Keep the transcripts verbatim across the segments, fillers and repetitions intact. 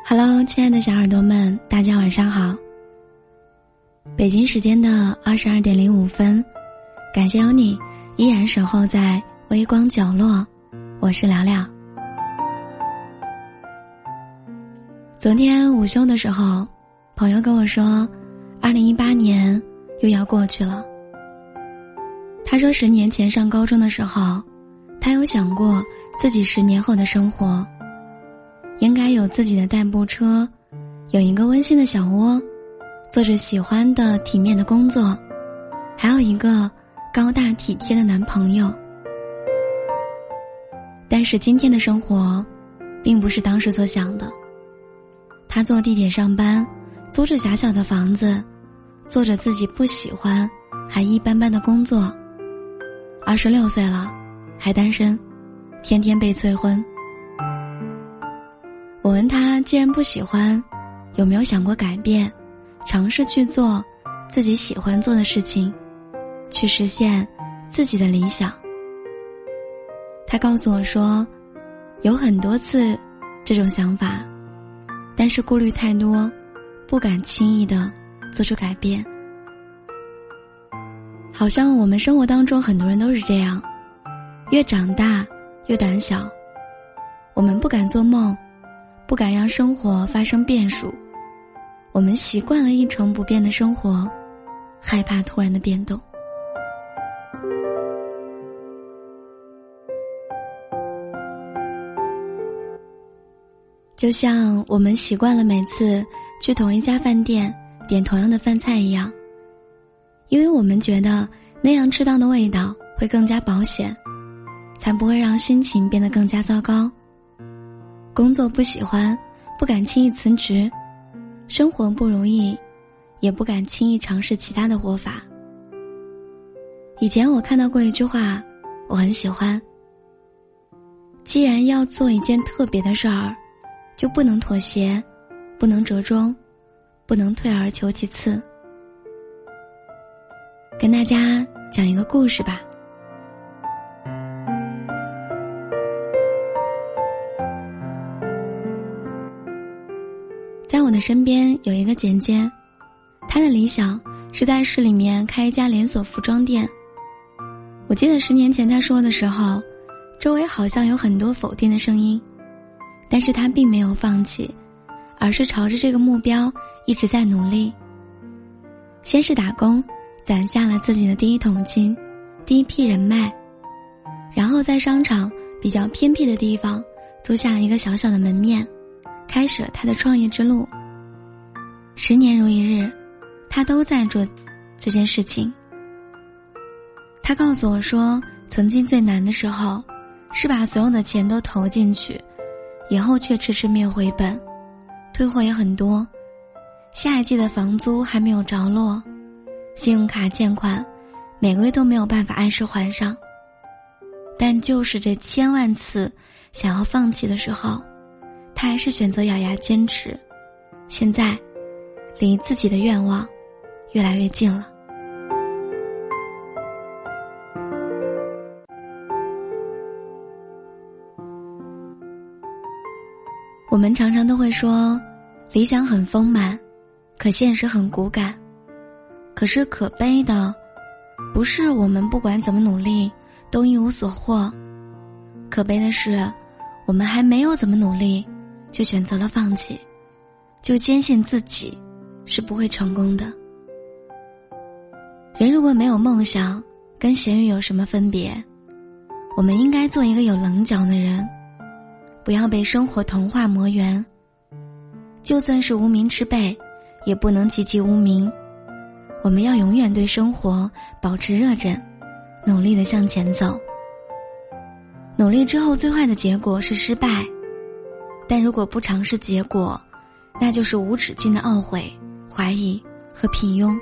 Hello， 亲爱的小耳朵们，大家晚上好。北京时间的二十二点零五分，感谢有你依然守候在微光角落，我是聊聊。昨天午休的时候，朋友跟我说，二零一八年又要过去了。他说十年前上高中的时候，他有想过自己十年后的生活，应该有自己的代步车，有一个温馨的小窝，做着喜欢的体面的工作，还有一个高大体贴的男朋友。但是今天的生活并不是当时所想的。他坐地铁上班，租着狭小的房子，做着自己不喜欢还一般般的工作。二十六岁了，还单身，天天被催婚。我问他，既然不喜欢，有没有想过改变，尝试去做自己喜欢做的事情，去实现自己的理想。他告诉我说，有很多次这种想法，但是顾虑太多，不敢轻易地做出改变。好像我们生活当中很多人都是这样，越长大越胆小，我们不敢做梦，不敢让生活发生变数，我们习惯了一成不变的生活，害怕突然的变动。就像我们习惯了每次去同一家饭店点同样的饭菜一样，因为我们觉得那样吃到的味道会更加保险，才不会让心情变得更加糟糕。工作不喜欢，不敢轻易辞职，生活不如意，也不敢轻易尝试其他的活法。以前我看到过一句话，我很喜欢，既然要做一件特别的事儿，就不能妥协，不能折中，不能退而求其次。跟大家讲一个故事吧。在我的身边有一个姐姐，她的理想是在市里面开一家连锁服装店。我记得十年前她说的时候，周围好像有很多否定的声音，但是她并没有放弃，而是朝着这个目标一直在努力。先是打工，攒下了自己的第一桶金，第一批人脉，然后在商场比较偏僻的地方租下了一个小小的门面，开始了他的创业之路。十年如一日，他都在做这件事情。他告诉我说，曾经最难的时候是把所有的钱都投进去，以后却迟迟没有回本，退货也很多，下一季的房租还没有着落，信用卡欠款每个月都没有办法按时还上。但就是这千万次想要放弃的时候，他还是选择咬牙坚持，现在离自己的愿望越来越近了。我们常常都会说，理想很丰满，可现实很骨感。可是可悲的不是我们不管怎么努力都一无所获，可悲的是我们还没有怎么努力就选择了放弃，就坚信自己是不会成功的。人如果没有梦想，跟咸鱼有什么分别？我们应该做一个有棱角的人，不要被生活同化磨圆。就算是无名之辈，也不能籍籍无名。我们要永远对生活保持热忱，努力地向前走。努力之后最坏的结果是失败，但如果不尝试结果，那就是无止境的懊悔、怀疑和平庸。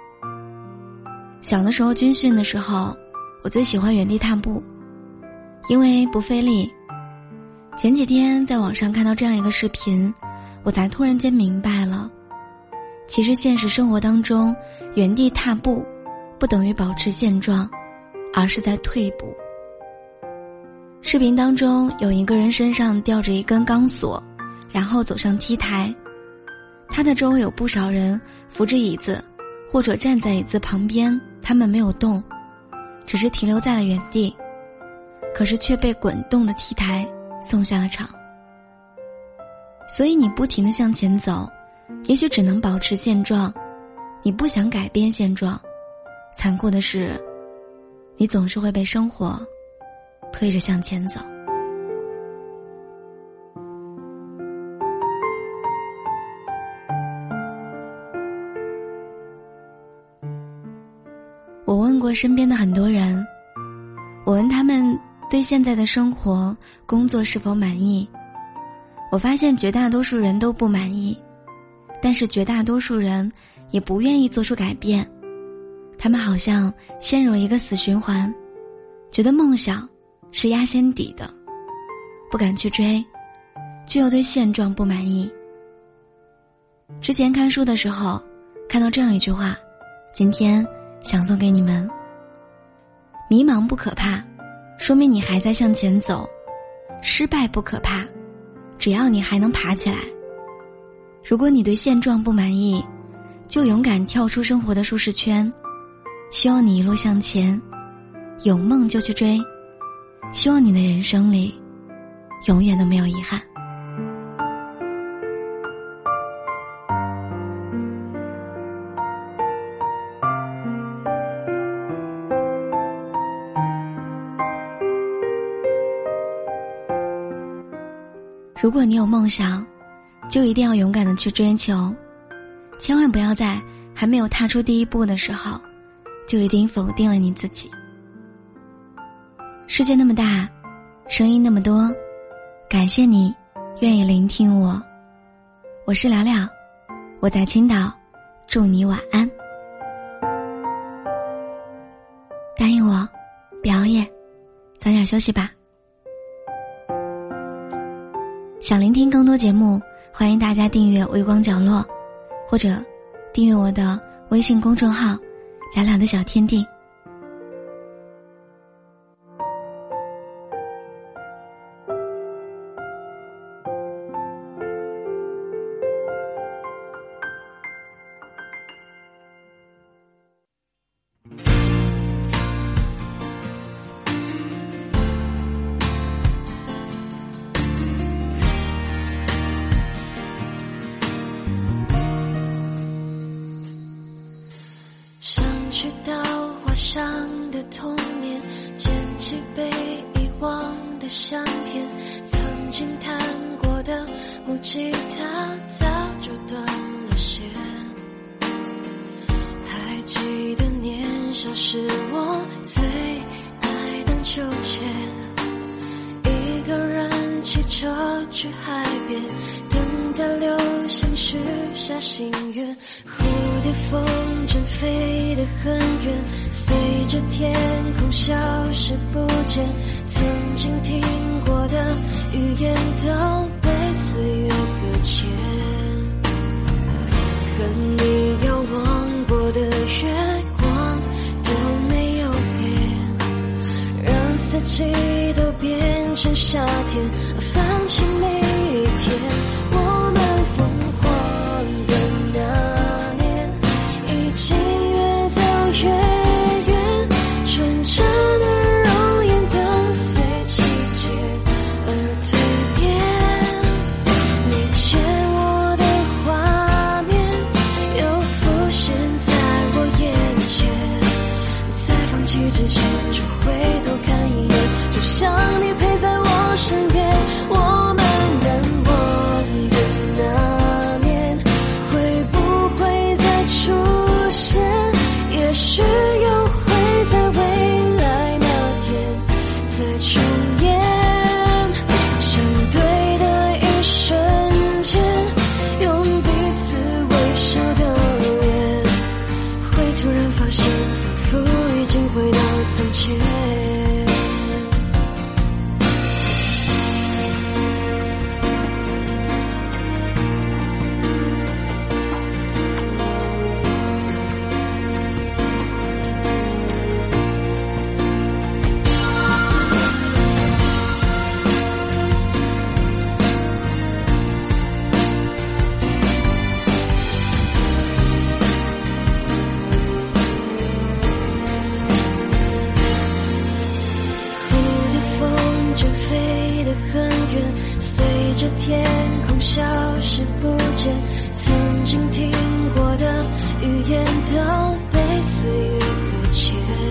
小的时候军训的时候，我最喜欢原地踏步，因为不费力。前几天在网上看到这样一个视频，我才突然间明白了，其实现实生活当中，原地踏步不等于保持现状，而是在退步。视频当中有一个人身上吊着一根钢索， 然后走上 T 台。他的周围有不少人扶着椅子或者站在椅子旁边，他们没有动，只是停留在了原地，可是却被滚动的 T 台送下了场。所以你不停地向前走，也许只能保持现状，你不想改变现状，残酷的是你总是会被生活推着向前走。我问过身边的很多人，我问他们对现在的生活工作是否满意，我发现绝大多数人都不满意，但是绝大多数人也不愿意做出改变。他们好像陷入一个死循环，觉得梦想是压先底的，不敢去追，却又对现状不满意。之前看书的时候看到这样一句话，今天想送给你们：迷茫不可怕，说明你还在向前走；失败不可怕，只要你还能爬起来。如果你对现状不满意，就勇敢跳出生活的舒适圈。希望你一路向前，有梦就去追，希望你的人生里永远都没有遗憾。如果你有梦想，就一定要勇敢地去追求，千万不要在还没有踏出第一步的时候就一定否定了你自己。世界那么大，声音那么多，感谢你愿意聆听我。我是聊聊，我在青岛，祝你晚安。答应我，别熬夜，早点休息吧。想聆听更多节目，欢迎大家订阅微光角落，或者订阅我的微信公众号聊聊的小天地。 想去到画上的童年，捡起被遗忘的相片，曾经弹过的木吉他早就断了线。还记得年少时我最爱荡秋千，一个人骑车去海边，等待流星许下心愿，蝴蝶风筝飞得很远，随着天空消失不见，曾经听过的语言都被岁月搁浅，和你遥望过的月光都没有变，让四季都变成夏天，泛起每一天。我们疯狂的那年，已经越走越远，纯真的容颜跟随季节而蜕变。你牵我的画面又浮现在我眼前，在放弃之前就回头看一眼，就像你陪在我身边。我们间飞得很远，随着天空消失不见，曾经听过的语言都被岁月搁浅，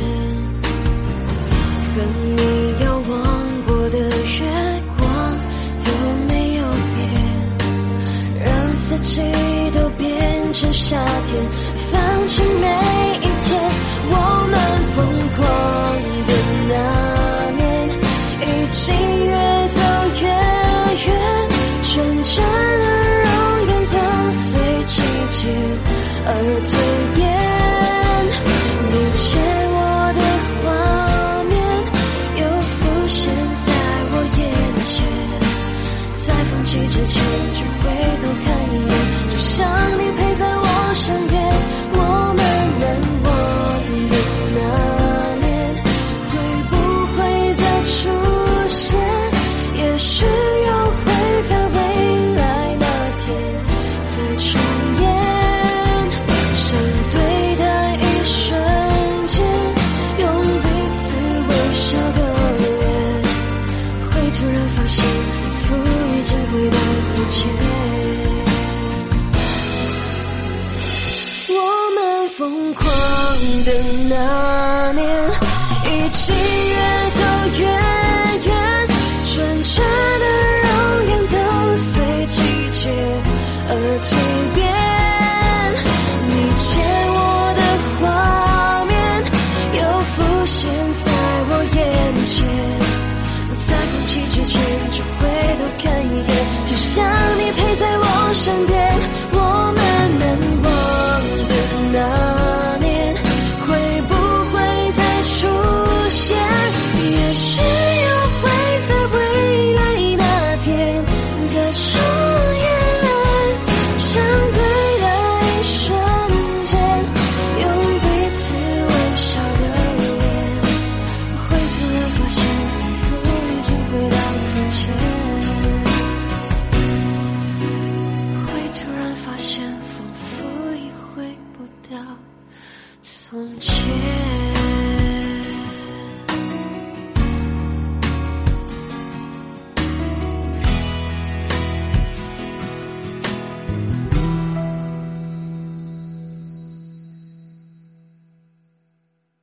和你遥望过的月光都没有变，让四季都变成夏天，放弃每一天。我们疯狂的那年，已经越走越远，纯真的容颜都随季节而蜕变。你牵我的画面又浮现在我眼前，在放弃之前只回头看一眼，就像你陪在我身边。我们难忘的那年，会不会再出现？也许又会在未来那天再重演，相对的一瞬间，用彼此微笑的脸，会突然发现仿佛已经回到从前。我们疯狂的那年，一起越走越远，纯真的容颜都随季节而蜕变。你牵我的画面又浮现在我眼前，在放弃之前只回头看一眼，就像你陪在我身边。